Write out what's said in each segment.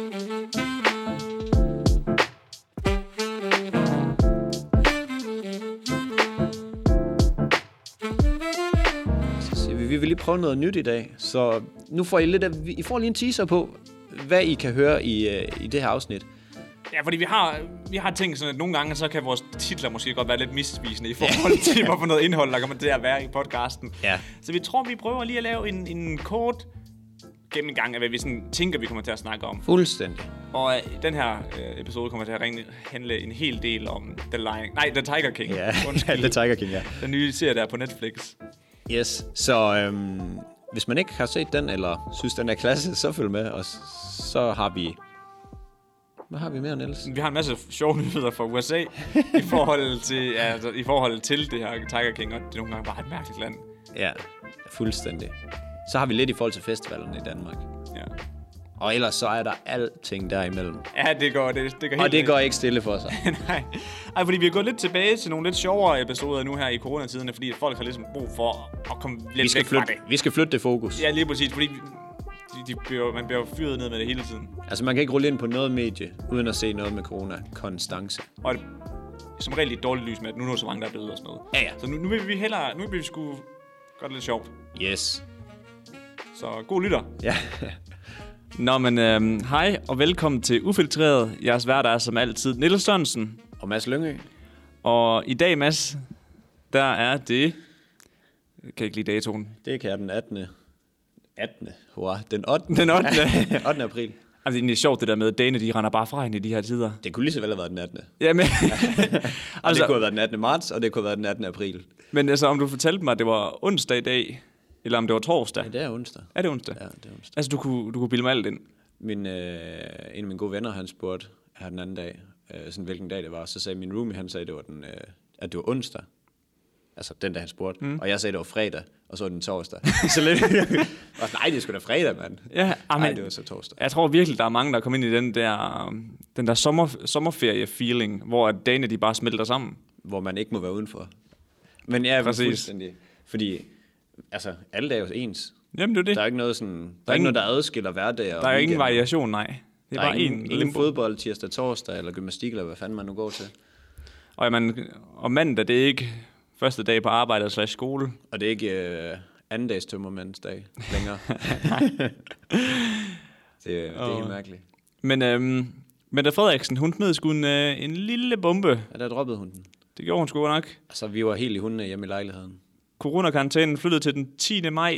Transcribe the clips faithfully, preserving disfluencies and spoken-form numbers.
Vi vil lige prøve noget nyt i dag, så nu får I lidt af, I får lige en teaser på, hvad I kan høre i, i det her afsnit. Ja, fordi vi har, vi har tænkt sådan, at nogle gange, så kan vores titler måske godt være lidt misvisende i forhold til, hvorfor noget indhold, der kommer til at være i podcasten. Ja. Så vi tror, vi prøver lige at lave en, en kort gennemgang af, hvad vi sådan tænker, vi kommer til at snakke om. Fuldstændig. Og uh, den her uh, episode kommer til at handle en hel del om The Lion... Nej, The Tiger King. Ja, The Tiger King, ja. Den nye serie, der er på Netflix. Yes, så øhm, hvis man ikke har set den, eller synes, den er klasse, så følg med, og så har vi... Hvad har vi mere, Niels? Vi har en masse sjove nyheder fra U S A i forhold til, ja, altså, i forhold til det her Tiger King, og det er nogle gange bare et mærkeligt land. Ja, fuldstændig. Så har vi lidt i forhold til festivalerne i Danmark. Ja. Og ellers så er der alting derimellem. Ja, det går, det, det går helt... Og det går ikke stille for sig. Nej. Ej, fordi vi er gået lidt tilbage til nogle lidt sjovere episoder nu her i coronatiderne, fordi folk har ligesom brug for at komme lidt vi skal væk flytte, fra det. Vi skal flytte det fokus. Ja, lige præcis, fordi de, de bliver, man bliver fyret ned med det hele tiden. Altså, man kan ikke rulle ind på noget medie, uden at se noget med corona. Konstance. Og det, som regel et dårligt lys med, at nu er der så mange, der er døde og sådan noget. Ja, ja. Så nu, nu vil vi hellere, nu vil vi sgu gøre det lidt sjovt. Yes. Så god lytter. Ja. Nå, men øhm, hej og velkommen til Ufiltreret. Jeres vært er som altid Niels Sørensen. Og Mads Lyngø. Og i dag, Mads, der er det... Jeg kan ikke lide datoen. Det kan jeg den attende attende Hurra. Den ottende Den ottende ottende april. Altså, det er sjovt det der med, at dagene, de render bare fra hende i de her tider. Det kunne lige så vel have været den attende Jamen... altså, det kunne have været den attende marts, og det kunne have været den attende april. Men altså, om du fortalte mig, at det var onsdag i dag, eller om det var torsdag? Ja, det er onsdag. Er det onsdag? Ja, det er onsdag. Altså, du kunne, du kunne bilde mig alt ind? Min, øh, en af mine gode venner, han spurgte her den anden dag, øh, sådan hvilken dag det var. Så sagde min roomie, han sagde, det var den, øh, at det var onsdag. Altså den dag, han spurgte. Mm. Og jeg sagde, det var fredag, og så var det den torsdag. Så lidt... Nej, det er sgu da fredag, mand. Ja, Nej, det var så torsdag. Jeg tror virkelig, der er mange, der kommer ind i den der, den der sommer, sommerferie-feeling, hvor dagene de bare smelter sammen. Hvor man ikke må være udenfor. Men ja, præcis. Fuldstændig. Fordi, altså, alle dage er jo ens. Jamen, det er det. Der er ikke noget, sådan, der der er ikke noget, der adskiller hverdag og Der er weekend. ingen variation, nej. Det er der bare er ingen, en ingen fodbold tirsdag, torsdag, eller gymnastik, eller hvad fanden man nu går til. Og, man, og mandag, det er ikke første dag på arbejde slash skole. Og det er ikke øh, anden dags tømmermandsdag længere. det, det er oh. helt mærkeligt. Men øhm, Mette Frederiksen, hun smed sgu en, øh, en lille bombe. Ja, der droppede hun den. Det gjorde hun sgu nok. Altså, vi var helt i hundene hjemme i lejligheden. Coronakarantænen flyttede til den tiende maj.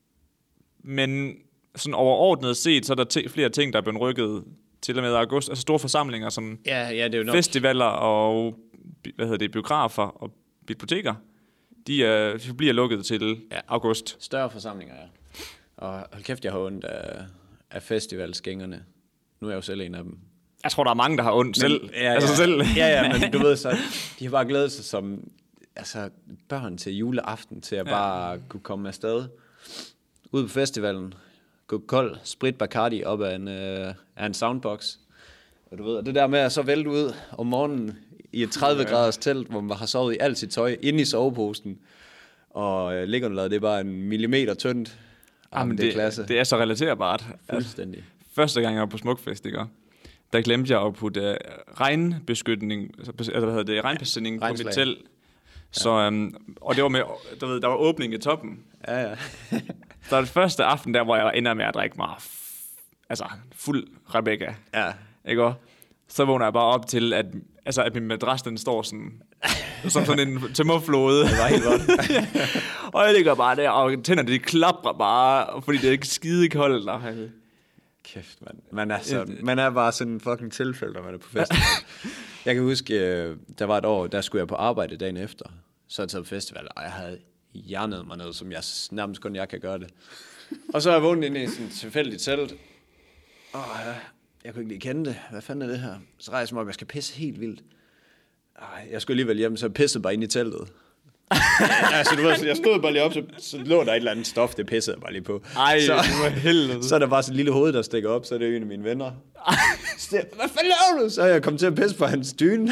Men sådan overordnet set, så er der t- flere ting, der er blevet rykket til og med august. Altså store forsamlinger som ja, ja, det er jo nok. Festivaler og hvad hedder det, biografer og biblioteker. De øh, bliver lukket til ja. august. Større forsamlinger, ja. Og hold kæft, jeg har ondt af, af festivalsgængerne. Nu er jeg jo selv en af dem. Jeg tror, der er mange, der har ondt selv. Men, ja, altså ja. selv. ja, ja, men du ved så, de har bare glædet sig som altså, børn til juleaften, til at ja. bare kunne komme afsted. Ud på festivalen, gå kold, sprit Bacardi op af en, øh, af en soundbox. Og du ved, det der med at så vælte ud om morgenen i et tredive graders telt, hvor man har sovet i alt sit tøj, inde i soveposen. Og øh, liggerunderlaget, det er bare en millimeter tyndt. Jamen, det, det, er klasse. Det er så relaterbart. Fuldstændig. Altså, første gang jeg var på Smukfest, ikke? Der glemte jeg at putte regnbeskytning, altså hvad hedder det, regnbeskytning på mit telt. Så, ja. øhm, og det var med, du ved, der var åbning i toppen. Ja, ja. Så det første aften der, hvor jeg ender med at drikke mig f- altså fuld Rebecca. Ja. Ikke også? Så vågner jeg bare op til, at, altså, at min madras, den står sådan, som sådan en tømmerflåde. Det var helt godt. Og jeg ligger bare der, og tænderne, de klapper bare, fordi det er ikke skide koldt. Der. Kæft, man. Man er, sådan, man er bare sådan en fucking tilfælde, når man er på festival. Jeg kan huske, der var et år, der skulle jeg på arbejde dagen efter. Så jeg taget på festival, og jeg havde hjernet mig ned, som jeg nærmest kun jeg kan gøre det. Og så er jeg vågnet inde i sådan et tilfældigt telt. Åh, ja, jeg kunne ikke lige kende det. Hvad fanden er det her? Så rejser jeg mig op, jeg skal pisse helt vildt. Ej, jeg skulle alligevel hjem, så jeg pissede bare ind i teltet. Ja, så du ved, jeg stod bare lige op, så, så lå der et eller andet stof, det pissede jeg bare lige på. Ej, så, det var helvede. Så er der bare sådan et lille hoved, der stikker op, så er det en af mine venner. Så, hvad fanden laver du? Så er jeg kommet til at pisse på hans dyne.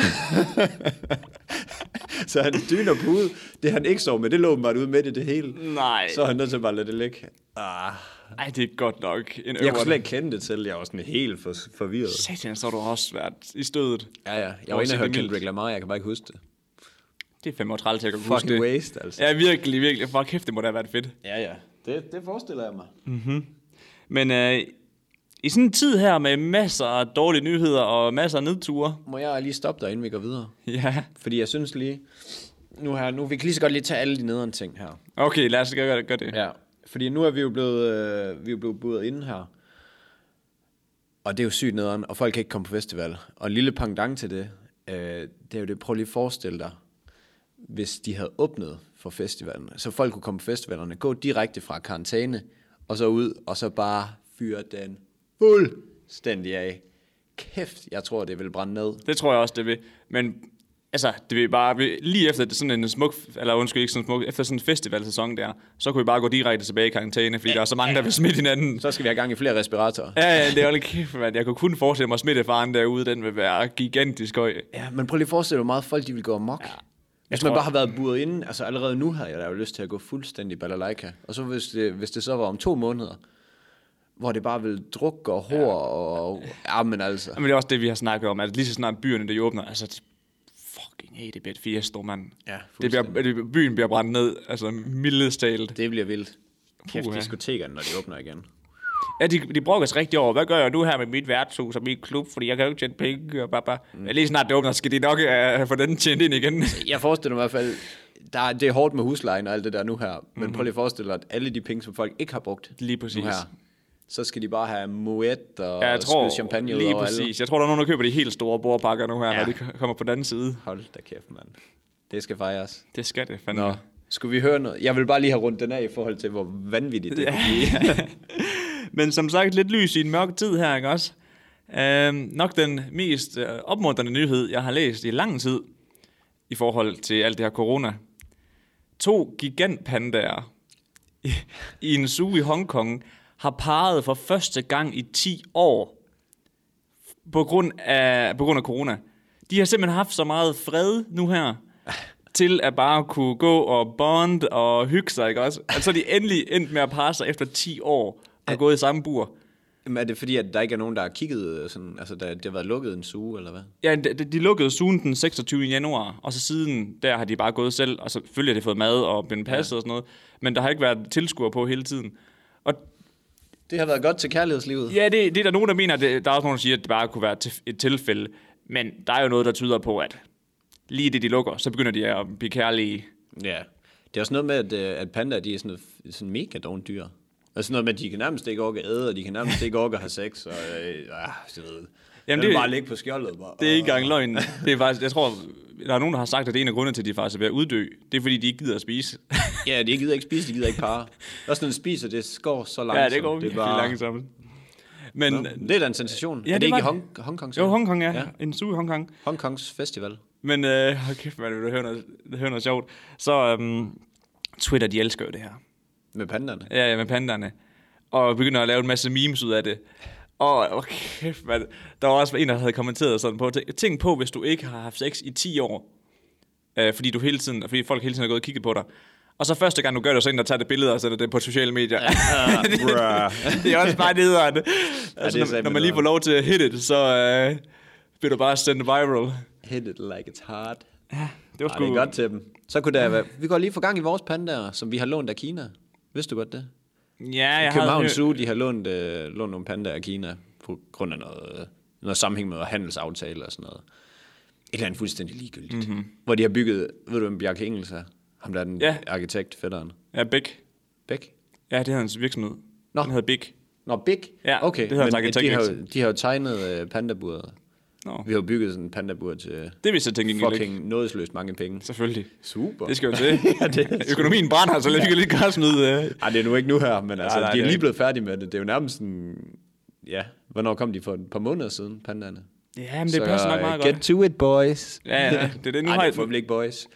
Så hans dyne og pude, det han ikke sov med, det lå bare ude midt i det hele. Nej. Så er han nødt til bare at lade det ligge. Ah, Ej, det er godt nok. En jeg kunne slet ikke kende det til. Jeg var sådan helt for, forvirret. Satan, så har du også været i stødet. Ja, ja. Jeg var inde og høre Kendrick Lamar, jeg kan bare ikke huske det. Det er femogtredive til, jeg kan huske det. Fucking waste, altså. Ja, virkelig, virkelig. For kæft, det må da have været fedt. Ja, ja. Det, det forestiller jeg mig. Mm-hmm. Men øh, i sådan en tid her med masser af dårlige nyheder og masser af nedture... Må jeg lige stoppe dig, inden vi går videre? Ja. Fordi jeg synes lige... Nu, her, nu vi kan lige så godt lige tage alle de nederen ting her. Okay, lad os gøre, gøre det. Ja, fordi nu er vi jo blevet, øh, vi er jo blevet budet inde her. Og det er jo sygt nederen, og folk kan ikke komme på festival. Og en lille pendant til det, øh, det er jo det, prøv lige at forestille dig, hvis de havde åbnet for festivalen, så folk kunne komme på festivalerne, gå direkte fra karantæne, og så ud, og så bare fyre den fuldstændig af. Kæft, jeg tror, det vil brænde ned. Det tror jeg også, det vil. Men altså, det vil bare, lige efter sådan en smuk, eller undskyld, ikke sådan smuk, efter sådan en festivalsæson der, så kunne vi bare gå direkte tilbage i karantæne, fordi ja, der er så mange, ja, der vil smitte hinanden. Så skal vi have gang i flere respiratorer. Ja, ja, det er jo kæft, man. Jeg kunne kun forestille mig, at smittefaren derude, den vil være gigantisk høj. Ja, men prøv lige at forestille dig, hvor meget folk de vil gå amok. Ja. Hvis man bare har været buret inde, altså allerede nu havde jeg da jo lyst til at gå fuldstændig balalaika. Og så hvis det, hvis det så var om to måneder, hvor det bare vil drukke og hår, ja, og... Ja, men altså... Men det er også det, vi har snakket om, at lige så snart byerne, der åbner, altså... Fucking hey, det bliver et fiasko, mand. Ja, det bliver, det, byen bliver brændt ned, altså mildest talt. Det bliver vildt. Kæft, diskotekerne, når de åbner igen. Ja, de, de brokkes rigtig over. Hvad gør jeg nu her med mit værtshus og mit klub? Fordi jeg kan jo ikke tjene penge. Og bare, bare. Mm. Lige snart det åbner, skal de nok uh, få den tjent ind igen. Jeg forestiller mig i hvert fald, der er, det er hårdt med huslejen og alt det der nu her. Men mm-hmm. prøv lige at forestille dig, at alle de penge, som folk ikke har brugt lige præcis nu her, så skal de bare have moet og ja, skyde champagne ud lige over præcis. alle. Jeg tror, der er nogen, der køber de helt store bordpakker nu her, ja, når de kommer på den anden side. Hold da kæft, mand. Det skal fejres. Det skal det, fandme. Nå. Skulle vi høre noget? Jeg vil bare lige have rundt den af i forhold til, hvor vanvittigt det kan blive. Men som sagt, lidt lys i en mørk tid her, ikke også? Øhm, nok den mest øh, opmuntrende nyhed, jeg har læst i lang tid, i forhold til alt det her corona. To gigantpandaer i, i en zoo i Hongkong har parret for første gang i ti år på grund af, på grund af corona. De har simpelthen haft så meget fred nu her, til at bare kunne gå og bond og hygge sig, ikke også? Altså de endelig endt med at parre sig efter ti år og er gået i samme bur. Men er det fordi, at der ikke er nogen, der har kigget sådan, altså der, det har været lukket en zoo, eller hvad? Ja, de, de lukkede zooen den seksogtyvende januar, og så siden der har de bare gået selv, og selvfølgelig har de fået mad og blevet passet, ja, og sådan noget, men der har ikke været tilskuere på hele tiden. Og det har været godt til kærlighedslivet. Ja, det, det er der nogen, der mener, det, der er også nogen, der siger, at det bare kunne være et tilfælde, men der er jo noget, der tyder på, at lige det, de lukker, så begynder de at blive kærlige. Ja, det er også noget med, at, at pandaer, de er sådan, sådan mega dårlige dyr. Altså noget med, at de kan nærmest ikke orke at æde, og de kan nærmest ikke orke at have sex, og øh, så ved Jamen, det er bare ligge på skjoldet. Bare. Det er ikke engang løgn. Det er faktisk, jeg tror, der er nogen, der har sagt, at det er en af grundene til, at de faktisk er ved at uddø. Det er, fordi de ikke gider at spise. Ja, de gider ikke spise, de gider ikke parre. Også når de spiser, det går så langsomt. Ja, det går virkelig bare langsomt. Men, Nå, det er da en sensation. Ja, er det, det ikke var... i Hong, Hongkong? Så? Jo, Hongkong, ja. ja. En zoo i Hongkong. Hongkongs festival. Men, øh, hold kæft, man, det hører noget, det hører noget sjovt. Så øhm, Twitter, de elsker jo det her. Med pandaerne? Ja, ja, med pandaerne. Og begynder at lave en masse memes ud af det. Og okay, man, der var også en, der havde kommenteret sådan på, tænk på, hvis du ikke har haft sex i ti år, øh, fordi, du hele tiden, fordi folk hele tiden har gået og kigget på dig. Og så første gang, du gør det, så er en, der tager det billede og sætter det på sociale medier. Uh, det, det er også bare nederen. Altså, ja, når, når man lige får lov til at hit it, så øh, bliver du bare sendt viral. Hit it like it's hard. Ja, det var sgu... det er godt til dem. Så kunne det være... Vi går lige for gang i vores pandaer, som vi har lånt af Kina. Vidste du godt det? Ja, jeg København havde... Zoo, de har lånt, øh, lånt nogle pandaer af Kina på grund af noget, noget sammenhæng med handelsaftaler og sådan noget. Et eller andet fuldstændig ligegyldigt. Mm-hmm. Hvor de har bygget... Ved du, hvem Bjarke Ingels er? Ham der er den ja. arkitekt, fætteren. Ja, Big. Big? Ja, det hedder hans virksomhed. Nå. Den hedder Big. Nå, Big? Ja, okay. det hedder hans arkitekt. De har, de har jo tegnet uh, pandaburet. Nå. Vi har jo bygget sådan en pandabur til det vil jeg tænke fucking nådesløst mange penge. Selvfølgelig. Super. Det skal jo til. Ja, det økonomien brænder, så vi kan lige gøre smide. Uh... Ej, det er nu ikke nu her, men altså, nej, nej, de er lige blevet færdige med det. Det er jo nærmest sådan... Ja, hvornår kom de for et par måneder siden, pandaerne? Ja, men det så, passer nok meget get godt. Get to it, boys. Ja, ja, det er det nu. Ej, det er for ikke boys.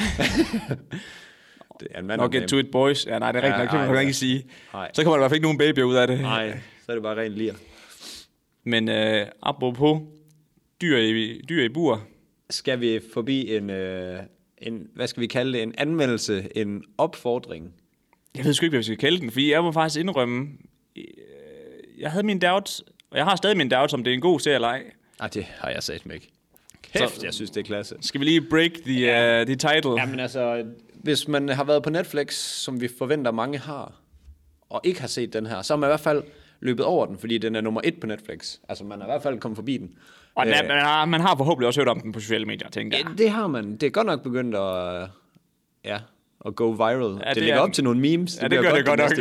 Det er en mand. Nå, get to it, boys. Ja, nej, det er rigtigt. Ja, det kan man ikke sige. Ej. Så kommer der i hvert fald ikke nogen babyer ud af det. Nej, så er det bare rent lir. Men øh, apropos dyr i, dyr i bur. Skal vi forbi en, øh, en, hvad skal vi kalde det, en anmeldelse, en opfordring? Jeg ved sgu ikke, hvad vi skal kalde den, fordi jeg må faktisk indrømme, jeg havde mine doubts, og jeg har stadig mine doubts, om det er en god serie eller ej. Ej, det har jeg sagt mig ikke. Kæft, så, jeg synes, det er klasse. Skal vi lige break the, ja. uh, the title? Jamen altså, hvis man har været på Netflix, som vi forventer mange har, og ikke har set den her, så har man i hvert fald løbet over den, fordi den er nummer et på Netflix. Altså, man har i hvert fald kommet forbi den. Og den er, man, har, man har forhåbentlig også hørt om den på sociale medier, tænker jeg. Ja, det har man. Det er godt nok begyndt at, ja, at go viral. Ja, det, det ligger op til nogle memes. Ja, det, det gør det godt nok.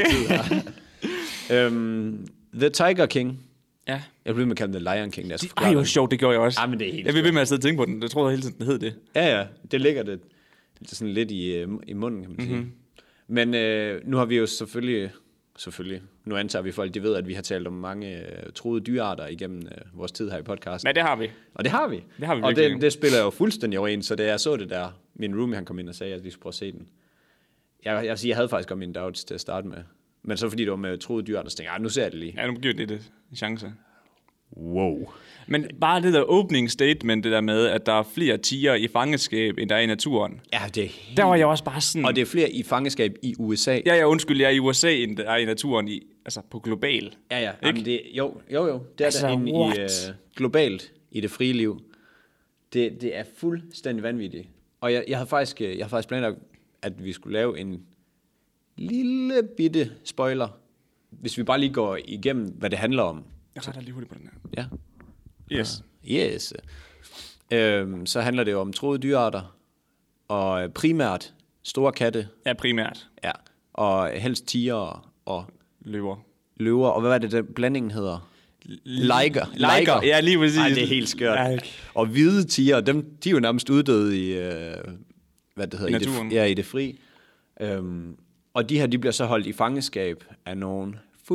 um, The Tiger King. Ja. Jeg blev med at kalde den The Lion King. Det er jo sjovt, det gjorde jeg også. Ja, men det er helt jeg vil ved med at sidde og tænke på den. Det troede jeg hele tiden, den hed det. Ja, ja. Det ligger det sådan lidt i, i munden, kan man sige. Mm-hmm. Men øh, nu har vi jo selvfølgelig, selvfølgelig, nu antager vi folk, de ved, at vi har talt om mange øh, troede dyrearter igennem øh, vores tid her i podcasten. Men det har vi. Og det har vi. Det har vi og det, det spiller jo fuldstændig overens, så da jeg så det der, min roomie han kom ind og sagde, at vi skulle prøve at se den. Jeg, jeg, jeg havde faktisk godt mine doubts til at starte med. Men så fordi det var med troede dyrearter, så tænkte jeg, nu ser jeg det lige. Ja, nu giver det lidt en chance. Wow. Men bare det der opening statement, det der med, at der er flere tiger i fangeskab, end der er i naturen. Ja, det er helt... Der var jeg også bare sådan... Og det er flere i fangeskab i U S A. Ja, ja, undskyld, jeg er i U S A, end der er i naturen, i, altså på global. Ja, ja. Jamen, det, jo, jo, jo. Det er altså, der inde i, uh, globalt i det frie liv. Det, det er fuldstændig vanvittigt. Og jeg, jeg havde faktisk, jeg havde faktisk planlagt, at vi skulle lave en lille bitte spoiler, hvis vi bare lige går igennem, hvad det handler om. Jeg retter lige hurtigt på den her. Ja. Yes. Uh, yes. Øhm, så handler det jo om troede dyrearter, og primært store katte. Ja, primært. Ja, og helst tiger og løver. Løver, og hvad er det, den blandingen hedder? Liger. Liger, ja, lige præcis. Ej, det er helt skørt. Ej. Og hvide tiger, dem, de er jo nærmest uddøde i, øh, hvad det hedder? I naturen. I det, ja, i det fri. Øhm, og de her, de bliver så holdt i fangeskab af nogle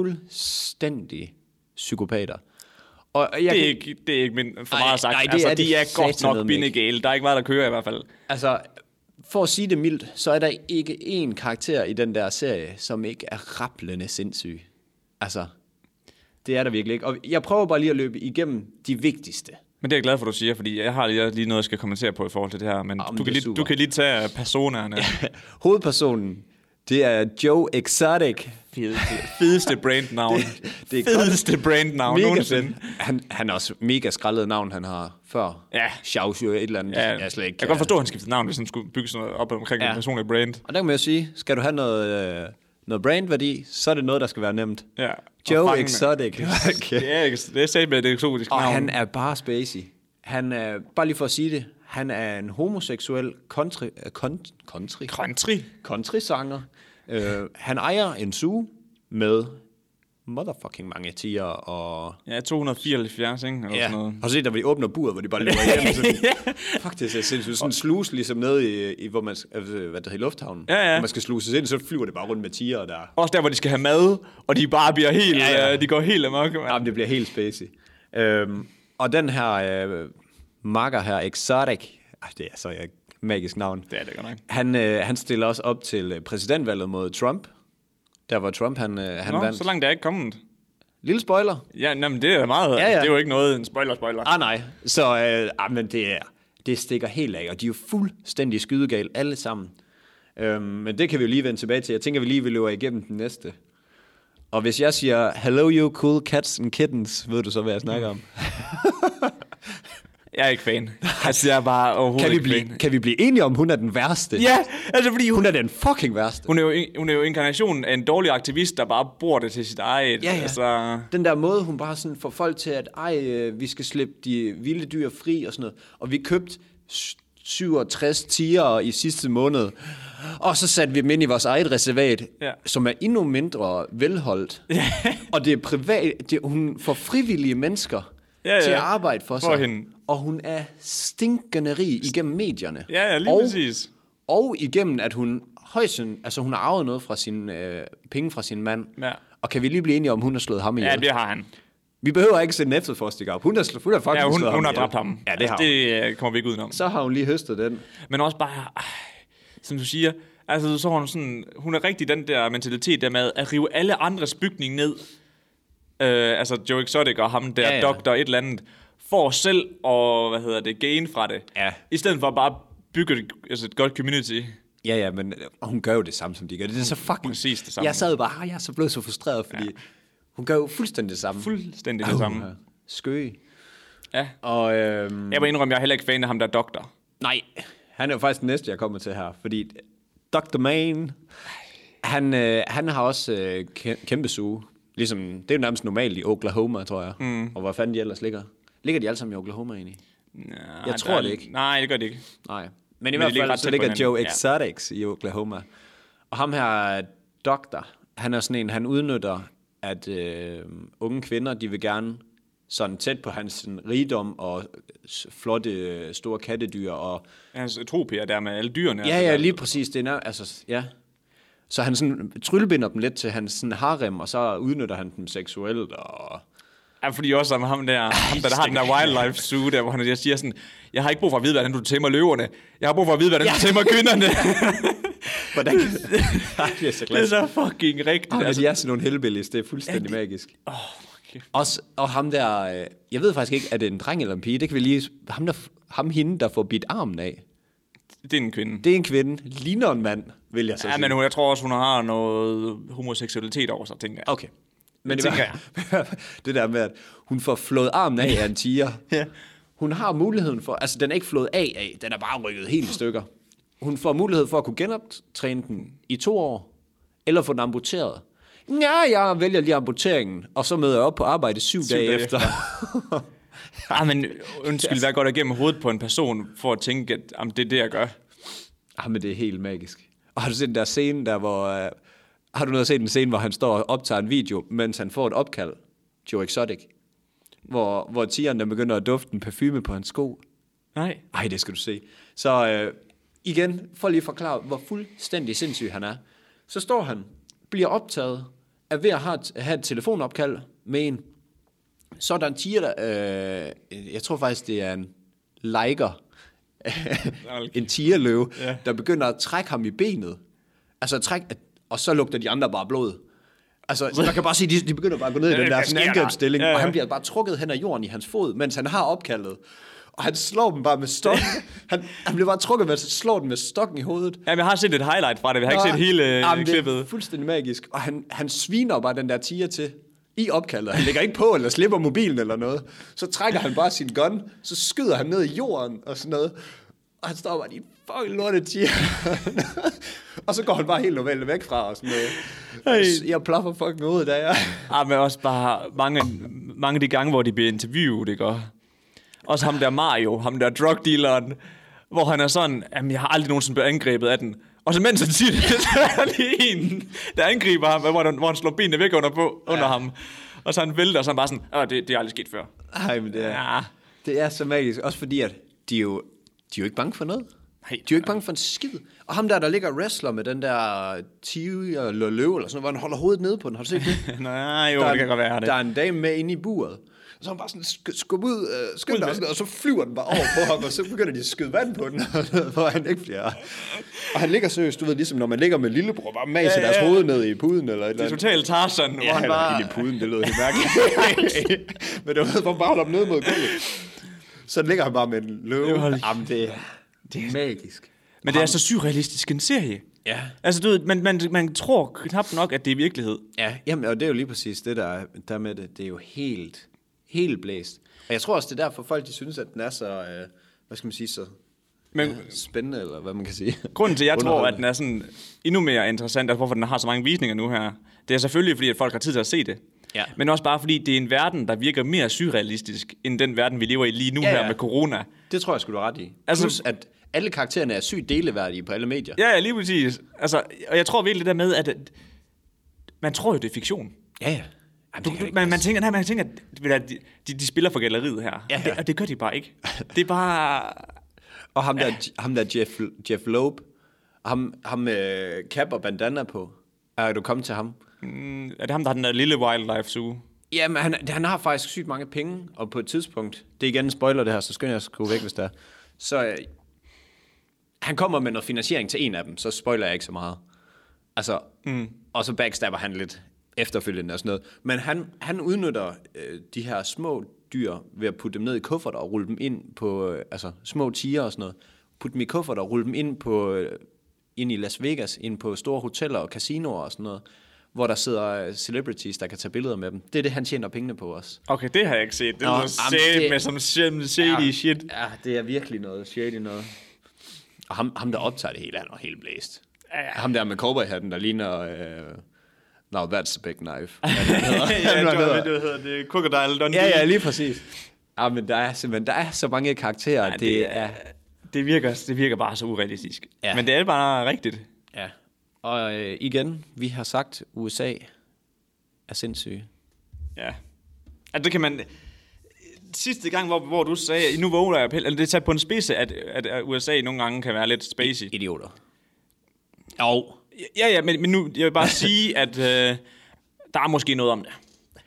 fuldstændig psykopater. Og jeg det, er kan... ikke, det er ikke min, for meget sagt. Nej, det altså, er de det er godt nok bindegale. Der er ikke meget, der kører i hvert fald. Altså, for at sige det mildt, så er der ikke én karakter i den der serie, som ikke er rablende sindssyg. Altså, det er der virkelig ikke. Og jeg prøver bare lige at løbe igennem de vigtigste. Men det er jeg glad for, du siger, fordi jeg har lige, lige noget, jeg skal kommentere på i forhold til det her. Men Jamen, du, kan lige, du kan lige tage personerne. Hovedpersonen, det er Joe Exotic. Fedeste brandnavn. det, det er Fedeste brandnavn nogensinde. Han, han er også mega skrællet navn, han har før. Ja. Xiaoxiu et eller andet. Ja. Jeg, slet ikke, jeg kan godt forstå, at han skiftede navn, hvis han skulle bygge sådan noget op omkring ja. en personlig brand. Og der kan man jo sige, skal du have noget, øh, noget brandværdi, så er det noget, der skal være nemt. Ja. Joe Exotic. Okay. Det er, det er sagt med det eksotiske navn. Og navn. han er bare spacey. Han er, bare lige for at sige det, han er en homoseksuel country... Uh, country? Country? Country-sanger. Uh, han ejer en zoo med motherfucking mange tiger og... Ja, to hundrede fireoghalvfjerds, ikke? Eller ja, sådan noget. har du set, der hvor de åbner buret, hvor de bare løber hjem? Sådan, fuck, det er sindssygt. Sådan en sluse ligesom nede i, i hvor man, hvad det hedder, i lufthavnen. Ja, ja. Hvor man skal sluses ind, så flyver det bare rundt med tiger der. Også der, hvor de skal have mad, og de bare bliver helt... Ja, ja. De går helt amok. Ja, det bliver helt spacey. Øhm, og den her øh, makker her, Exotic... Ej, det er så et magisk navn. Det er det godt nok. Han, øh, han stiller også op til præsidentvalget mod Trump. Der var Trump, han, øh, han Nå, vandt. så langt det er ikke kommet. Lille spoiler. Ja, jamen, det er meget... Ja, ja. Det er jo ikke noget en spoiler-spoiler. Ah, nej. Så øh, ah, men det, er, det stikker helt af, og de er jo fuldstændig skydegale alle sammen. Øhm, men det kan vi jo lige vende tilbage til. Jeg tænker, vi lige vil løbe igennem den næste. Og hvis jeg siger, hello you cool cats and kittens, ved du så, hvad jeg snakker om? Jeg er ikke fan. Altså, jeg er bare overhovedet kan vi blive, ikke fan. Kan vi blive enige om, hun er den værste? Ja, altså fordi hun, hun er den fucking værste. Hun er, jo, hun er jo inkarnationen af en dårlig aktivist, der bare bruger det til sit eget. Ja, ja. Altså... Den der måde, hun bare sådan får folk til, at ej, vi skal slippe de vilde dyr fri og sådan noget. Og vi købte syvogtres tiger i sidste måned. Og så satte vi dem ind i vores eget reservat, ja. Som er endnu mindre velholdt. Ja. Og det er privat. Det, hun får frivillige mennesker ja, ja. Til at arbejde for, for sig. Hende. Og hun er stinkende rig igennem medierne. Ja, ja, lige og, præcis. Og igennem, at hun højst, altså hun har arvet noget fra sin øh, penge fra sin mand. Ja. Og kan vi lige blive enige om, hun har slået ham ihjel? Ja, det har han. Vi behøver ikke se en efterforskning op. Hun har, hun har faktisk ja, hun, slået hun ham har dræbt ham. Ja, det, har det kommer vi ikke udenom. Så har hun lige høstet den. Men også bare, øh, som du siger, altså så har hun sådan, hun er rigtig den der mentalitet der med at rive alle andres bygning ned. Øh, altså Joe Exotic og ham der, ja, ja. Doktor et eller andet, for selv og hvad hedder det, gain fra det. Ja. I stedet for at bare bygge et, altså et godt community. Ja, ja, men hun gør jo det samme, som de gør. Det er så fucking... Præcis det samme. Jeg sad bare, jeg er så blevet så frustreret, fordi... Ja. Hun gør jo fuldstændig det samme. Fuldstændig det samme. Skøge. Ja. Og, øhm, jeg må indrømme, jeg er heller ikke fan af ham, der er doktor. Nej, han er jo faktisk den næste, jeg kommer til her. Fordi doktor Man, han, øh, han har også øh, kæmpe suge. Ligesom, det er jo nærmest normalt i Oklahoma, tror jeg. Mm. Og hvor fanden de ellers ligger. Ligger de alle sammen i Oklahoma egentlig? Ja, jeg tror det ikke. Nej, det gør det ikke. Nej. Men i Men hvert fald så ligger Joe Exotics ja. i Oklahoma. Og ham her, doktor, han er sådan en, han udnytter, at øh, unge kvinder, de vil gerne sådan tæt på hans sådan, rigdom og flotte store kattedyr. Og hans tropier der med alle dyrene. Ja, ja, lige præcis. Det er, altså, ja. Så han sådan tryllebinder dem lidt til hans sådan harem, og så udnytter han dem seksuelt. Og ja, fordi også med ham der, ham der, der har den der wildlife zoo der, hvor han siger sådan, jeg har ikke brug for at vide, hvordan du tæmmer løverne. Jeg har brug for at vide, hvordan ja. du tæmmer kvinderne. Hvordan? det, er så det er så fucking rigtigt. Oh, altså, de er sådan nogle hellbillies, det er fuldstændig ja, det... magisk. Oh, okay. Også, og ham der, jeg ved faktisk ikke, er det en dreng eller en pige? Det kan vi lige, ham, der, ham hende, der får bidt armen af. Det er en kvinde. Det er en kvinde. Ligner en mand, vil jeg så ja, sige. Ja, men jeg tror også, hun har noget homoseksualitet over sig, tænker jeg. Okay. Men det, tænker jeg. det der med, at hun får flået armen af af en tiger. ja. Hun har muligheden for, altså den er ikke flået af af, den er bare rykket helt i stykker. Hun får mulighed for at kunne genoptræne den i to år, eller få den amputeret. Ja, jeg vælger lige amputeringen, og så møder jeg op på arbejde syv, syv dage, dage efter. efter. ja, men undskyld, hvad går der igennem hovedet på en person, for at tænke, at jamen, det er det, jeg gør? Ja, men det er helt magisk. Og har du set den der scene, der hvor... Uh, har du noget at se den scene, hvor han står og optager en video, mens han får et opkald, Joe Exotic, hvor, hvor tigeren der begynder at dufte en parfume på hans sko? Nej. Ej, det skal du se. Så uh, igen, for lige at forklare, hvor fuldstændig sindssyg han er. Så står han, bliver optaget, er ved at have et, have et telefonopkald med en. Så er der en tiger, der... Uh, jeg tror faktisk, det er en liker. en tigerløve, yeah. der begynder at trække ham i benet. Altså trække... Og så lugter de andre bare blod. Altså, man kan bare sige, de, de begynder bare at gå ned i den der sådan angrebsstilling, ja, ja. og han bliver bare trukket hen ad jorden i hans fod, mens han har opkaldet. Og han slår dem bare med stokken. han, han bliver bare trukket, mens han slår dem med stokken i hovedet. Ja, jeg har set et highlight fra det, vi har Nå, ikke set hele jamen, klippet. Det er fuldstændig magisk. Og han, han sviner bare den der tiger til i opkaldet. Han lægger ikke på, eller slipper mobilen eller noget. Så trækker han bare sin gun, så skyder han ned i jorden og sådan noget. Og han står bare, de fucking lorte tiger. Og så går han bare helt normalt væk fra og sådan noget. Hey. Jeg plaffer fucking ud, der jeg. Ja, men også bare mange, mange af de gange, hvor de bliver interviewet, ikke? Også ham der Mario, ham der drugdealeren, hvor han er sådan, jamen jeg har aldrig nogensinde blevet angrebet af den. Og så mens han siger det, så er der lige en, der angriber ham, hvor han, hvor han slår benene væk under, på, under ja. ham. Og så han vælter, og så er han bare sådan, åh, det, det er aldrig sket før. Nej, men det er, ja. det er så magisk. Også fordi, at de er jo, de er jo ikke bange for noget. Nej, de er jo ikke bange for en skid. Og ham der, der ligger og wrestler med den der tiger eller løve, eller sådan noget, hvor han holder hovedet nede på den. Har du set det? Nej, jo, der det kan godt være det. Der er en dame med inde i buret. Og så han bare sådan sk- skubber ud, øh, skynder og, og så flyver den bare over på ham, og så begynder de at skyde vand på den, hvor han ikke bliver. Og han ligger seriøst, du ved, ligesom når man ligger med lillebror, bare maser ja, ja. deres hoved ned i puden, eller et eller andet. Det er totalt Tarzan, hvor ja, han bare... Ja, i puden, det lød helt mærkeligt. Men det var, hvor han bare holder ned mod gulvet. Så ligger han bare med en løve. Jamen, det er, det er magisk. Men det er så surrealistisk en serie. Ja. Altså, du ved, man, man, man tror knap nok, at det er virkelighed. Ja, jamen, og det er jo lige præcis det, der, der med det. Det er jo helt... helt blæst. Og jeg tror også, det er derfor folk, de synes, at den er så, øh, hvad skal man sige, så Men, ja, spændende, eller hvad man kan sige. Grunden til, at jeg tror, at den er sådan endnu mere interessant, altså hvorfor den har så mange visninger nu her, det er selvfølgelig, fordi at folk har tid til at se det. Ja. Men også bare fordi, det er en verden, der virker mere surrealistisk, end den verden, vi lever i lige nu ja, ja. her med corona. Det tror jeg sgu, du er ret i. Altså, plus, at alle karaktererne er sygt deleværdige på alle medier. Ja, ja, lige præcis. Altså, og jeg tror virkelig det der med, at man tror jo, det er fiktion. Ja, ja. Du, du, man, man tænker, nej, man tænker, at de, de, de spiller for galleriet her. Ja, ja. Og, det, og det gør de bare ikke. Det er bare... Og ham der, ja. ham der Jeff, Jeff Loeb, ham, ham med cap og bandana på, er du kommet til ham? Mm, er det ham, der har den der lille wildlife zoo? Jamen, han, han har faktisk sygt mange penge, og på et tidspunkt, det er igen en spoiler det her, så skynd jeg at skrue væk, hvis der er. Så øh, han kommer med noget finansiering til en af dem, så spoiler jeg ikke så meget. Altså, mm. og så backstabber han lidt efterfølgende og sådan noget. Men han, han udnytter øh, de her små dyr ved at putte dem ned i kufferter og rulle dem ind på, øh, altså små tiger og sådan noget. Putte dem i kufferter og rulle dem ind på, øh, ind i Las Vegas, ind på store hoteller og casinoer og sådan noget. hvor der sidder celebrities, der kan tage billeder med dem. Det er det, han tjener pengene på også. Okay, det har jeg ikke set. Det er noget shady med som shady ja, shit. Ja, det er virkelig noget shady noget. Og ham, ham der optager det hele, han er helt blæst. Ja, ja. Ham der med cowboyhatten, der ligner... Øh, no, that's a big knife. Ja, det hedder det. Crocodile Dundee. Ja, ja, lige præcis. Ja, men der er simpelthen der er så mange karakterer. Ja, det, det, er, det, virker, det virker bare så urealistisk. Ja. Men det er bare rigtigt. Ja. Og øh, igen, vi har sagt, at U S A er sindssyge. Ja. Altså det kan man... Sidste gang, hvor, hvor du sagde, nu vågner jeg, eller det er taget på en spidse, at, at U S A nogle gange kan være lidt spacey. Idioter. Jo. Ja, ja, men, men nu, jeg vil bare sige, at øh, der er måske noget om det.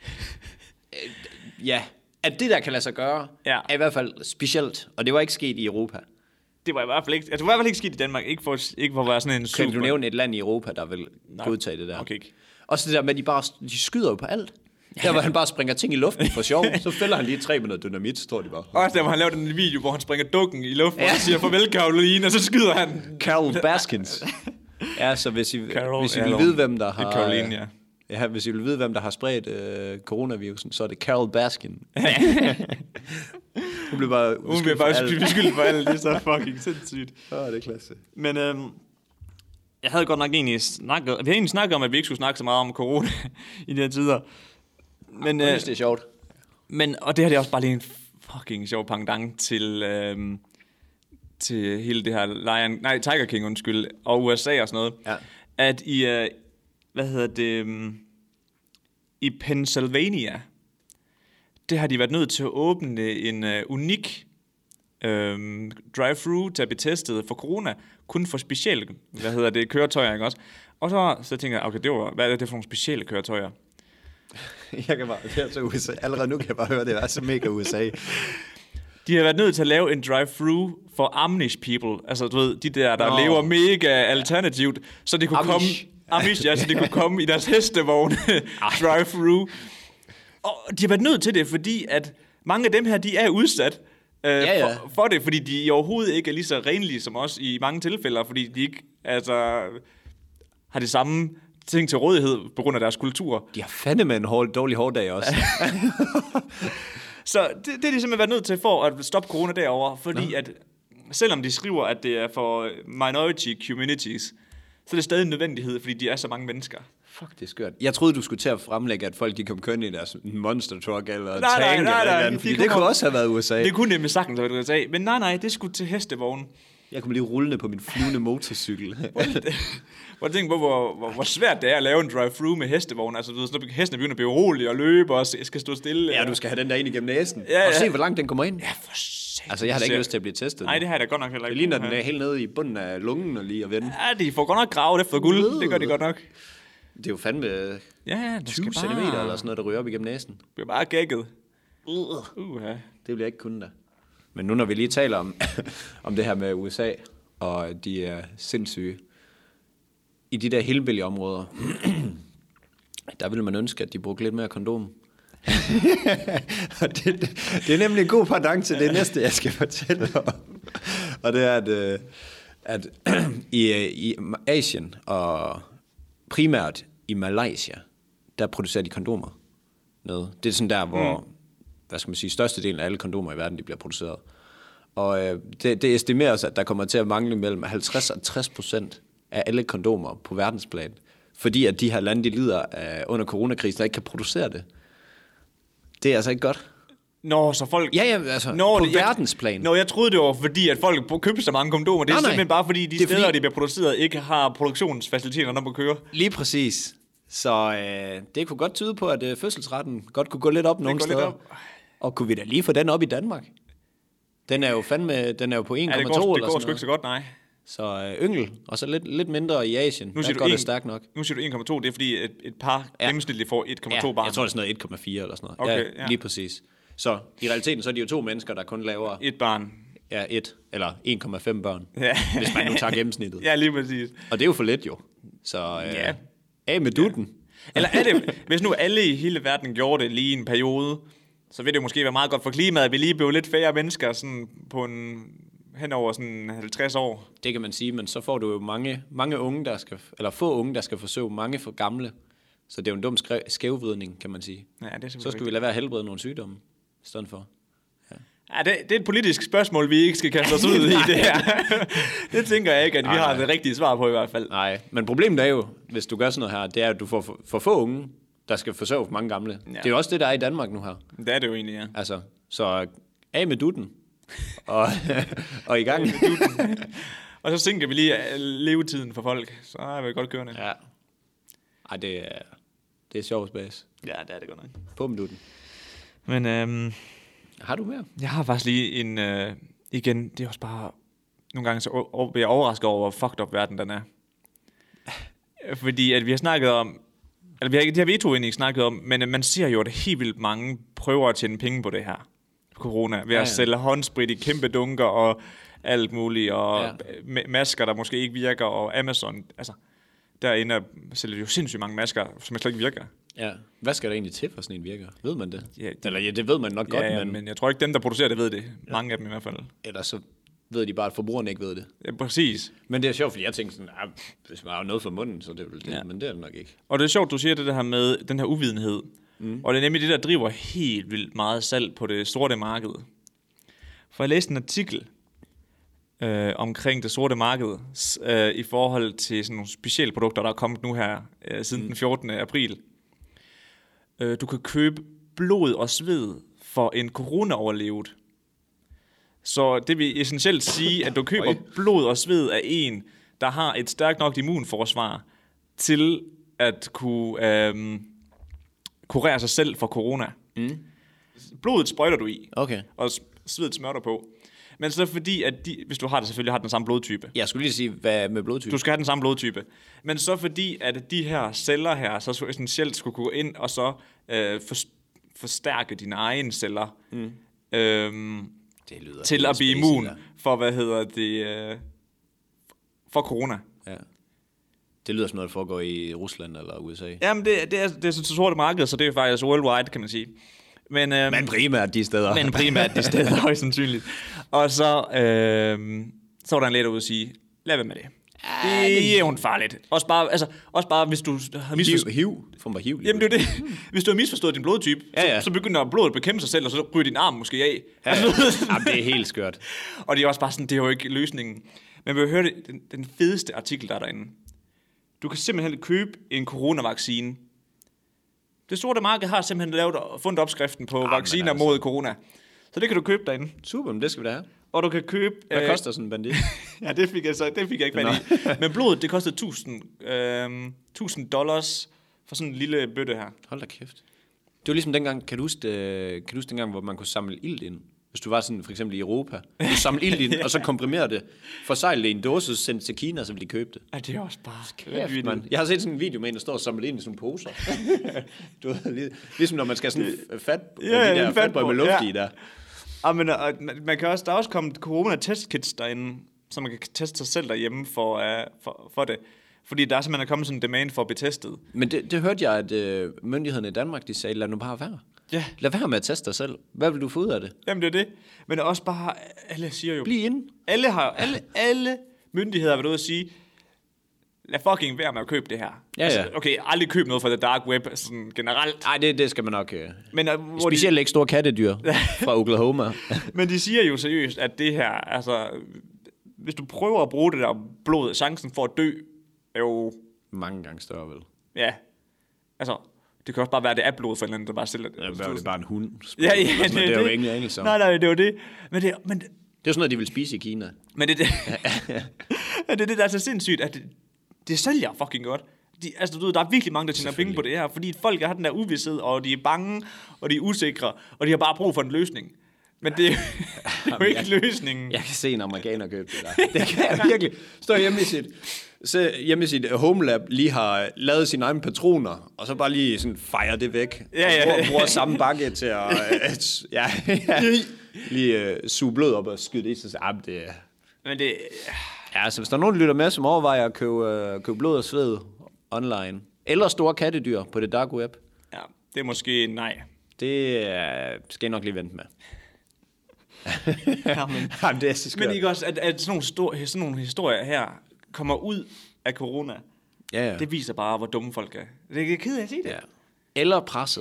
Ja, at det der kan lade sig gøre, ja. Er i hvert fald specielt, og det var ikke sket i Europa. Det var i hvert fald ikke, altså, det var i hvert fald ikke sket i Danmark, ikke for, ikke for at være sådan en super... Kan du nævne et land i Europa, der vil Nej. godtage det der? Okay. Også det der med, at de bare de skyder jo på alt. Der hvor han bare springer ting i luften for sjov, så fælder han lige tre med noget dynamit, så står de bare. Også der hvor han lavede en video, hvor han springer dukken i luften, ja. Og så siger farvel Caroline, og så skyder han. Carol Baskins. Ja, så hvis I, Carol, hvis I vil vide, hvem der har... Caroline, ja. Ja, hvis I vil vide, hvem der har spredt øh, coronavirusen, så er det Carol Baskin. Hun blev bare Hun blev bare beskyldt for alt. Det er så fucking sindssygt. Åh, oh, det er klasse. Men øhm, jeg havde godt nok egentlig snakket... Vi havde egentlig snakket om, at vi ikke skulle snakke så meget om corona i de her tider. Men, øh, det er sjovt. Men, og det her det er også bare lige en fucking sjov pendant til... Øhm, til hele det her Lion... Nej, Tiger King, undskyld. Og U S A og sådan noget. Ja. At i... Øh, hvad hedder det, um, i Pennsylvania, det har de været nødt til at åbne en uh, unik um, drive-thru til at blive testet for corona, kun for specielle, hvad hedder det, køretøjer, ikke også? Og så, så tænker jeg, okay, det var, hvad er det for nogle specielle køretøjer? Jeg kan bare, det er så U S A. Allerede nu kan jeg bare høre, det er så mega U S A. De har været nødt til at lave en drive-thru for Amish people, altså du ved, de der, der oh. lever mega alternativt, så det kunne Amish. komme... Amish, ja, så de kunne komme i deres hestevogn drive-thru. Og de har været nødt til det, fordi at mange af dem her, de er udsat øh, ja, ja. For, for det, fordi de overhovedet ikke er lige så renlige som os i mange tilfælde, fordi de ikke altså, har det samme ting til rådighed på grund af deres kultur. De har fandeme en hård, dårlig hårdag også. Så det, det er de simpelthen været nødt til for at stoppe corona derovre, fordi ja. At selvom de skriver, at det er for minority communities, så er det stadig en nødvendighed, fordi de er så mange mennesker. Fuck, det er skørt. Jeg troede, du skulle til at fremlægge, at folk de kom kørende i deres monster truck eller nej, tank nej, nej, eller andet, fordi de det kunne også have været U S A. Det kunne nemlig sagtens have været U S A, men nej, nej, det skulle til hestevognen. Jeg kunne blive rullende på min flyvende motorcykel. Hvor tænk på, hvor, hvor, hvor svært det er at lave en drive-thru med hestevogn. Altså, du ved, så hesten begynder at blive urolig og løbe og skal stå stille. Ja, du skal have den der ind igennem næsen. Ja, ja. Og se, hvor langt den kommer ind. Ja, for satan. Altså, jeg har da ikke lyst til at blive testet. Nej, det har jeg da godt nok heller ikke. Det ligner, den er helt nede i bunden af lungen og lige at vende. Ja, de får godt nok gravet efter guld. Det gør de godt nok. Det er jo fandme ja, ja, tyve centimeter bare... eller sådan noget, der ryger op igennem næsen. Det bliver bare gækket. Uh. Uh, ja. Det vil jeg ikke kunne da. Men nu når vi lige taler om, om det her med U S A, og de er sindssyge, i de der hillbilly-områder, der vil man ønske, at de brugte lidt mere kondom. det, det, det er nemlig en god pendant til det næste, jeg skal fortælle om. Og det er, at, at i, i Asien, og primært i Malaysia, der producerer de kondomer nede. Det er sådan der, hvor, mm. hvad skal man sige, størstedelen af alle kondomer i verden, de bliver produceret. Og øh, det, det estimeres, at der kommer til at mangle mellem halvtreds og tres procent af alle kondomer på verdensplan, fordi at de her lande, de lider af, under coronakrisen, der ikke kan producere det. Det er altså ikke godt. Nå, så folk... Ja, ja, altså Nå, på jeg, verdensplan. Nå, jeg troede, det var fordi, at folk købte så mange kondomer. Det er nej, simpelthen bare fordi, de steder, fordi... de bliver produceret, ikke har produktionsfaciliteter, når man kører. Lige præcis. Så øh, det kunne godt tyde på, at øh, fødselsretten godt kunne gå lidt op det nogle steder. Op. Og kunne vi da lige få den op i Danmark? Den er jo fandme, den er jo på en komma to ja, det går, eller det går sgu ikke så godt, nej. Så øh, yngel, og så lidt, lidt mindre i Asien. Nu siger der går det stærkt nok. Nu siger du en komma to, det er fordi et, et par ja. gennemsnitligt får et komma to ja, barn. Jeg tror, det er sådan noget et komma fire eller sådan noget. Okay, ja, ja. Lige præcis. Så i realiteten, så er de jo to mennesker, der kun laver... Et barn. Ja, et. Eller en komma fem børn. Ja. Hvis man nu tager gennemsnittet. Ja, lige præcis. Og det er jo for let jo. Så øh, ja. Af med dutten. Ja. Eller er det, hvis nu alle i hele verden gjorde det lige en periode, så vil det måske være meget godt for klimaet, at vi lige blev lidt færre mennesker sådan på en... hen over sådan halvtreds år. Det kan man sige, men så får du jo mange, mange unge, der skal, eller få unge, der skal forsøge mange for gamle, Så det er jo en dum skævvridning, kan man sige. Ja, det er så skal vi lade være at helbrede nogle sygdomme, i stedet for. Ja, ja det, det er et politisk spørgsmål, vi ikke skal kaste os ud i det her. Det tænker jeg ikke, at vi nej, har nej. det rigtige svar på i hvert fald. Nej, men problemet er jo, hvis du gør sådan noget her, det er, at du får for, for få unge, der skal forsørge for mange gamle. Ja. Det er jo også det, der er i Danmark nu her. Det er det jo egentlig, ja. Altså, så af med dutten, og, og i gang. Og så sænker vi lige levetiden for folk, så er vi godt kørende. Ja. Ej, det er, det er sjovt bas. Ja, det er det godt nok. På med dutten. Men øhm, har du mere? Jeg har faktisk lige en, øh, igen, det er også bare, nogle gange så o- bliver jeg overrasket over, hvor fucked up verden den er. Fordi at vi har snakket om, eller vi har ikke, det har vi to egentlig ikke snakket om, men man ser jo, at helt vildt mange prøver at tjene penge på det her corona, ved at ja, ja. sælge håndsprit i kæmpe dunker og alt muligt, og ja. masker, der måske ikke virker, og Amazon, altså, derinde sælger jo sindssygt mange masker, som slet ikke virker. Ja, hvad skal der egentlig til, for sådan en virker? Ved man det? Ja, det eller ja, det ved man nok ja, godt, ja, men... men jeg tror ikke, dem, der producerer det, ved det. Ja. Mange af dem i hvert fald. Eller så ved de bare, at forbrugerne ikke ved det. Ja, præcis. Men det er sjovt, fordi jeg tænker sådan, ah, hvis man har noget for munden, så det er vel det, ja. men det er det nok ikke. Og det er sjovt, du siger det der her med den her uvidenhed. Mm. Og det er nemlig det, der driver helt vildt meget salg på det sorte marked. For jeg læste en artikel øh, omkring det sorte marked øh, i forhold til sådan nogle specielle produkter, der er kommet nu her øh, siden mm. den fjortende april. Øh, du kan købe blod og sved for en corona-overlevet. Så det vil essentielt sige, at du køber blod og sved af en, der har et stærkt nok immunforsvar til at kunne øh, kurere sig selv for corona. Mm. Blodet sprøjter du i, okay. og svedet smører du på. Men så fordi, at de, hvis du har det, selvfølgelig har den samme blodtype. Jeg skulle lige sige, hvad med blodtype? Du skal have den samme blodtype. Men så fordi, at de her celler her, så essentielt skulle gå ind og så øh, for, forstærke dine egne celler. Mm. Øhm, det lyder til at blive immun der. for, hvad hedder det, øh, for corona. Ja. Det lyder som noget, der foregår i Rusland eller U S A. Jamen, det, det er det er så sorte marked, så det er faktisk worldwide, kan man sige. Men, øhm, men primært de steder. Men primært de steder, højst sandsynligt. Og så, øhm, så var der en læge derude at sige, lad være med det. Ja, det er jævnt farligt. Også bare, altså, også bare hvis du har misforstået... Hiv, hiv. For mig hiv. Jamen det er det. Hvis du har misforstået din blodtype, ja, ja. Så, så begynder blodet at bekæmpe sig selv, og så ryger din arm måske af. Ja, ja. Jamen, det er helt skørt. Og det er også bare sådan, det er jo ikke løsningen. Men vi vil høre det, den, den fedeste artikel, der er derinde. Du kan simpelthen købe en coronavaccine. Det sorte marked har simpelthen lavet og fundet opskriften på ah, vacciner altså. mod corona. Så det kan du købe derinde. Super, men det skal vi da have. Og du kan købe... Hvad øh, koster sådan en bandit? ja, det fik jeg, så, det fik jeg ikke fat i. Men blodet, det kostede tusind, øh, tusind dollars for sådan en lille bøtte her. Hold da kæft. Det var ligesom dengang, kan du huske, kan du huske dengang, hvor man kunne samle ild ind? Hvis du var sådan for eksempel i Europa. Du samle ild ind, og så komprimere det, forsejle det i en dåse, sendt til Kina, så ville de købe det. Ja, det er også bare kæft, man. Jeg har set sådan en video med en, der står og samler ind i sådan en poser. Du ved, ligesom når man skal sådan fat, ja, ja, de der fatbøj med luft ja. i der. Ja, men man, man kan også, der er også kommet corona-testkits derinde, så man kan teste sig selv derhjemme for, uh, for, for det. Fordi der er simpelthen kommet sådan en demand for at blive testet. Men det, det hørte jeg, at øh, myndighederne i Danmark, de sagde, lad nu bare være. Ja. Lad være med at teste dig selv. Hvad vil du få ud af det? Jamen det er det. Men det er også bare, alle siger jo... Bliv inde. Alle, har, alle, alle myndigheder har været ude at sige, lad fucking være med at købe det her. Ja, altså, ja. Okay, aldrig køb noget fra the dark web sådan generelt. Nej, det, det skal man nok... Øh... Men, uh, hvor Specielt de... ikke store kattedyr fra Oklahoma. Men de siger jo seriøst, at det her, altså... Hvis du prøver at bruge det der blod, chancen for at dø er jo... mange gange større, vel? Ja. Altså... Det kan også bare være, at det er blod for en eller anden, der bare stiller... Ja, det er bare en hund. Ja, ja, det, det, det er jo ingen engelsk. Nej, nej, det var det. Men det, men, det er sådan noget, de vil spise i Kina. Men det, det, men det er det, der er så sindssygt, at det, det sælger fucking godt. De, altså, du ved, der er virkelig mange, der tjener penge på det her, fordi folk har den der uvidshed, og de er bange, og de er usikre, og de har bare brug for en løsning. Men det, det er jo ikke jeg, løsningen. Jeg kan se en amerikaner købe det der. Det kan jeg virkelig. Står hjemme i sit, så hjemme i sit homelab, lige har lavet sine egne patroner, og så bare lige sådan fejrer det væk. Ja, ja. Og bruger, bruger samme bakke til at et, ja, ja, lige uh, suge blod op og skyde det i sig. Så, ah, det, Men det... Ja, så hvis der er nogen, der lytter med, som overvejer at købe, uh, købe blod og sved online, eller store kattedyr på det dark web. Ja, det er måske nej. Det uh, skal jeg nok lige vente med. Jamen, Jamen, det er så skørt. Men ikke også, at, at sådan, nogle stor, sådan nogle historier her kommer ud af corona, Ja, ja. Det viser bare, hvor dumme folk er. Det er ked af at sige det. Ja. Eller presset.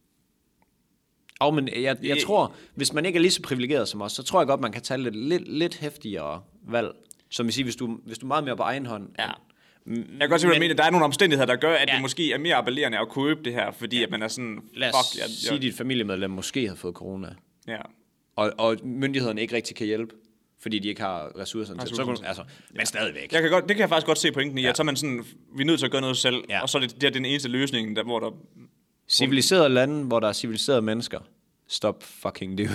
Og men jeg, jeg tror, hvis man ikke er lige så privilegeret som os, så tror jeg godt, man kan tage lidt, lidt, lidt hæftigere valg. Som vi siger, hvis du, hvis du er meget mere på egen hånd. Ja. Jeg kan godt se, hvad du mener. Der er nogle omstændigheder, der gør, at ja. det måske er mere appellerende at købe det her, fordi ja. at man er sådan, lad os fuck, jeg, jeg... sige, at dit familiemedlem måske har fået corona. Ja. Og, og myndighederne ikke rigtig kan hjælpe, fordi de ikke har ressourcerne til. Så, altså, men ja. stadigvæk. Jeg kan godt, det kan jeg faktisk godt se pointen i, ja. at så er man sådan, vi er nødt til at gøre noget selv, ja. og så er det, det er den eneste løsning, der, hvor der... Civiliserede lande, hvor der er civiliserede mennesker. Stop fucking det.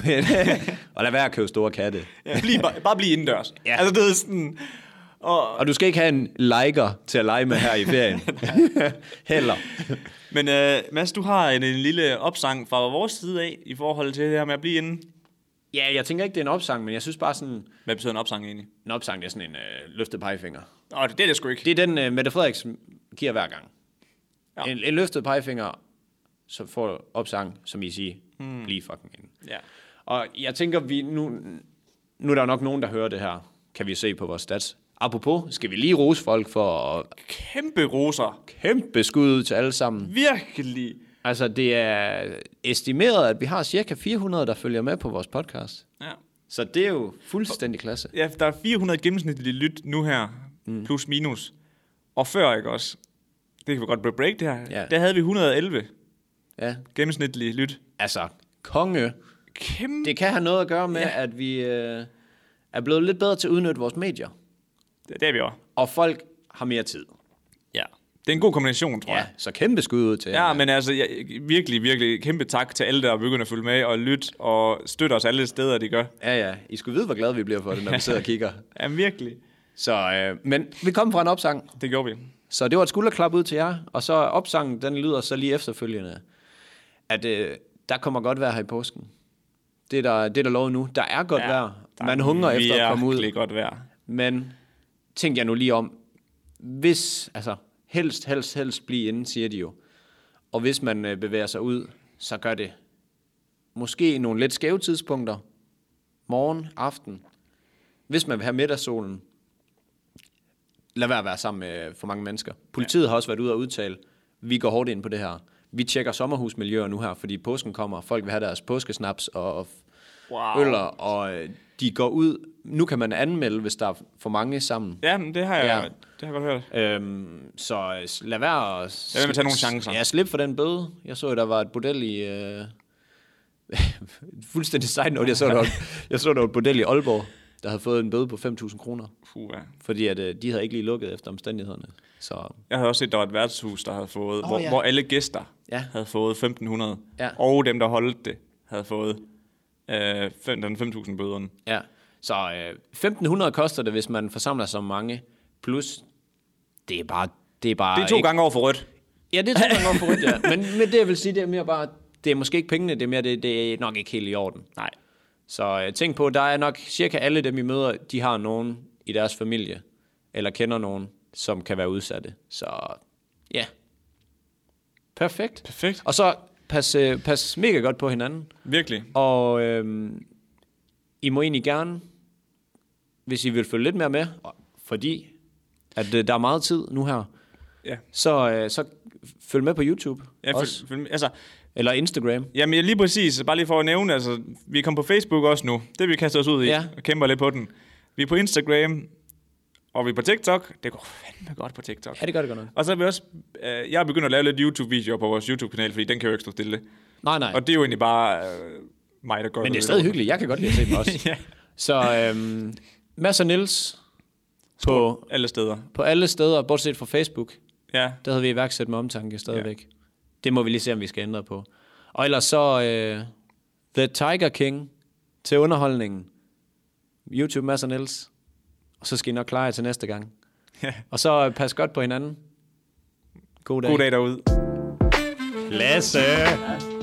Og lad være at købe store katte. Ja, bliv, bare, bare bliv indendørs. Ja. Altså, det er sådan... Og, og du skal ikke have en liker til at lege med her i ferien. Heller. Men uh, Mads, du har en, en lille opsang fra vores side af, i forhold til det her med at blive inde. Ja, jeg tænker ikke, det er en opsang, men jeg synes bare sådan... Hvad betyder en opsang egentlig? En opsang, det er sådan en uh, løftet pegefinger. Åh, det, det er det sgu ikke. Det er den, uh, Mette Frederiksen giver hver gang. Ja. En, en løftet pegefinger, så får opsang, som I siger, hmm. blive fucking inde. Ja. Og jeg tænker, vi nu, nu er der nok nogen, der hører det her, kan vi se på vores stats. Apropos, skal vi lige rose folk for at... Kæmpe roser. Kæmpe skud til alle sammen. Virkelig. Altså, det er estimeret, at vi har cirka fire hundrede, der følger med på vores podcast. Ja. Så det er jo fuldstændig klasse. Ja, der er fire hundrede gennemsnitlige lyt nu her, mm. plus minus. Og før, ikke også? Det kan vi godt break det her. Ja. Der havde vi et hundrede og elleve ja. gennemsnitlige lyt. Altså, konge. Kæmpe. Det kan have noget at gøre med, ja. at vi øh, er blevet lidt bedre til at udnytte vores medier. Det, det er vi også. Og folk har mere tid. Ja. Det er en god kombination, tror ja, jeg. Så kæmpe skud ud til Ja, jer. Men altså, jeg, virkelig, virkelig kæmpe tak til alle, der er begyndt at følge med og lytte og støtte os alle steder, de gør. Ja, ja. I skulle vide, hvor glade vi bliver for det, når vi sidder og kigger. Ja, virkelig. Så, øh, men vi kom fra en opsang. Det gjorde vi. Så det var et skulderklap ud til jer. Og så opsangen, den lyder så lige efterfølgende, at øh, der kommer godt vejr her i påsken. Det er der, det er der lovet nu. Der er godt ja, vejr. Man hungrer efter at komme ud. Virkelig godt vejr. Men tænk jeg nu lige om, hvis, altså helst, helst, helst blive inde, siger de jo. Og hvis man øh, bevæger sig ud, så gør det måske nogle lidt skæve tidspunkter. Morgen, aften. Hvis man vil have middagssolen, lad være at være sammen med for mange mennesker. Politiet ja. har også været ude og udtale, vi går hårdt ind på det her. Vi tjekker sommerhusmiljøer nu her, fordi påsken kommer. Folk vil have deres påskesnaps og, og wow. øller, og de går ud. Nu kan man anmelde, hvis der er for mange sammen. Ja, det har jeg, ja. det har jeg godt hørt. Øhm, så lad være at sl- lad være tage nogle chancer. Ja, slip for den bøde. Jeg så, at der var et bordel i... Øh, fuldstændig side note. Jeg så, der var, jeg så, der var et bordel i Aalborg, der havde fået en bøde på fem tusind kroner. Fuh, ja. Fordi at, øh, de havde ikke lige lukket efter omstændighederne. Så. Jeg havde også set, der var et værtshus, der havde fået... Oh, hvor, ja. hvor alle gæster ja. havde fået femten hundrede. Ja. Og dem, der holdt det, havde fået øh, fem tusind bøderne. Ja. Så øh, femten hundrede koster det, hvis man forsamler så mange. Plus, det er bare... Det er, bare det er to ikke... gange over for rødt. Ja, det er to gange over for rødt, ja. Men, men det, jeg vil sige, det er mere bare... Det er måske ikke pengene, det er mere det, det er nok ikke helt i orden. Nej. Så øh, tænk på, der er nok cirka alle dem, I møder, de har nogen i deres familie, eller kender nogen, som kan være udsatte. Så ja. Perfekt. Perfekt. Og så pas, øh, pas mega godt på hinanden. Virkelig. Og øh, I må egentlig gerne, hvis I vil følge lidt mere med, fordi at øh, der er meget tid nu her, ja. så, øh, så følg med på YouTube. Ja, følg, følg, altså, eller Instagram. Jamen lige præcis, bare lige for at nævne, altså, vi er kommet på Facebook også nu. Det vi kaster os ud i, ja. og kæmper lidt på den. Vi er på Instagram, og vi er på TikTok. Det går fandme godt på TikTok. Ja, det gør det godt nok. Og så er vi også, øh, jeg har begyndt at lave lidt YouTube-videoer på vores YouTube-kanal, fordi den kan jo ikke stå stille. Nej, nej. Og det er jo egentlig bare øh, mig, der gør det. Men det er stadig hyggeligt, jeg kan godt lide at se dem også. ja. Så øhm, Mads og Niels på alle steder. På alle steder, bortset fra Facebook. Ja. Der havde vi iværksat med omtanke stadigvæk. Ja. Det må vi lige se, om vi skal ændre på. Og ellers så øh, The Tiger King til underholdningen. YouTube Mads og Niels. Og så skal I nok klare jer til næste gang. Ja. Og så pas godt på hinanden. God dag. God dag derude. Lasse!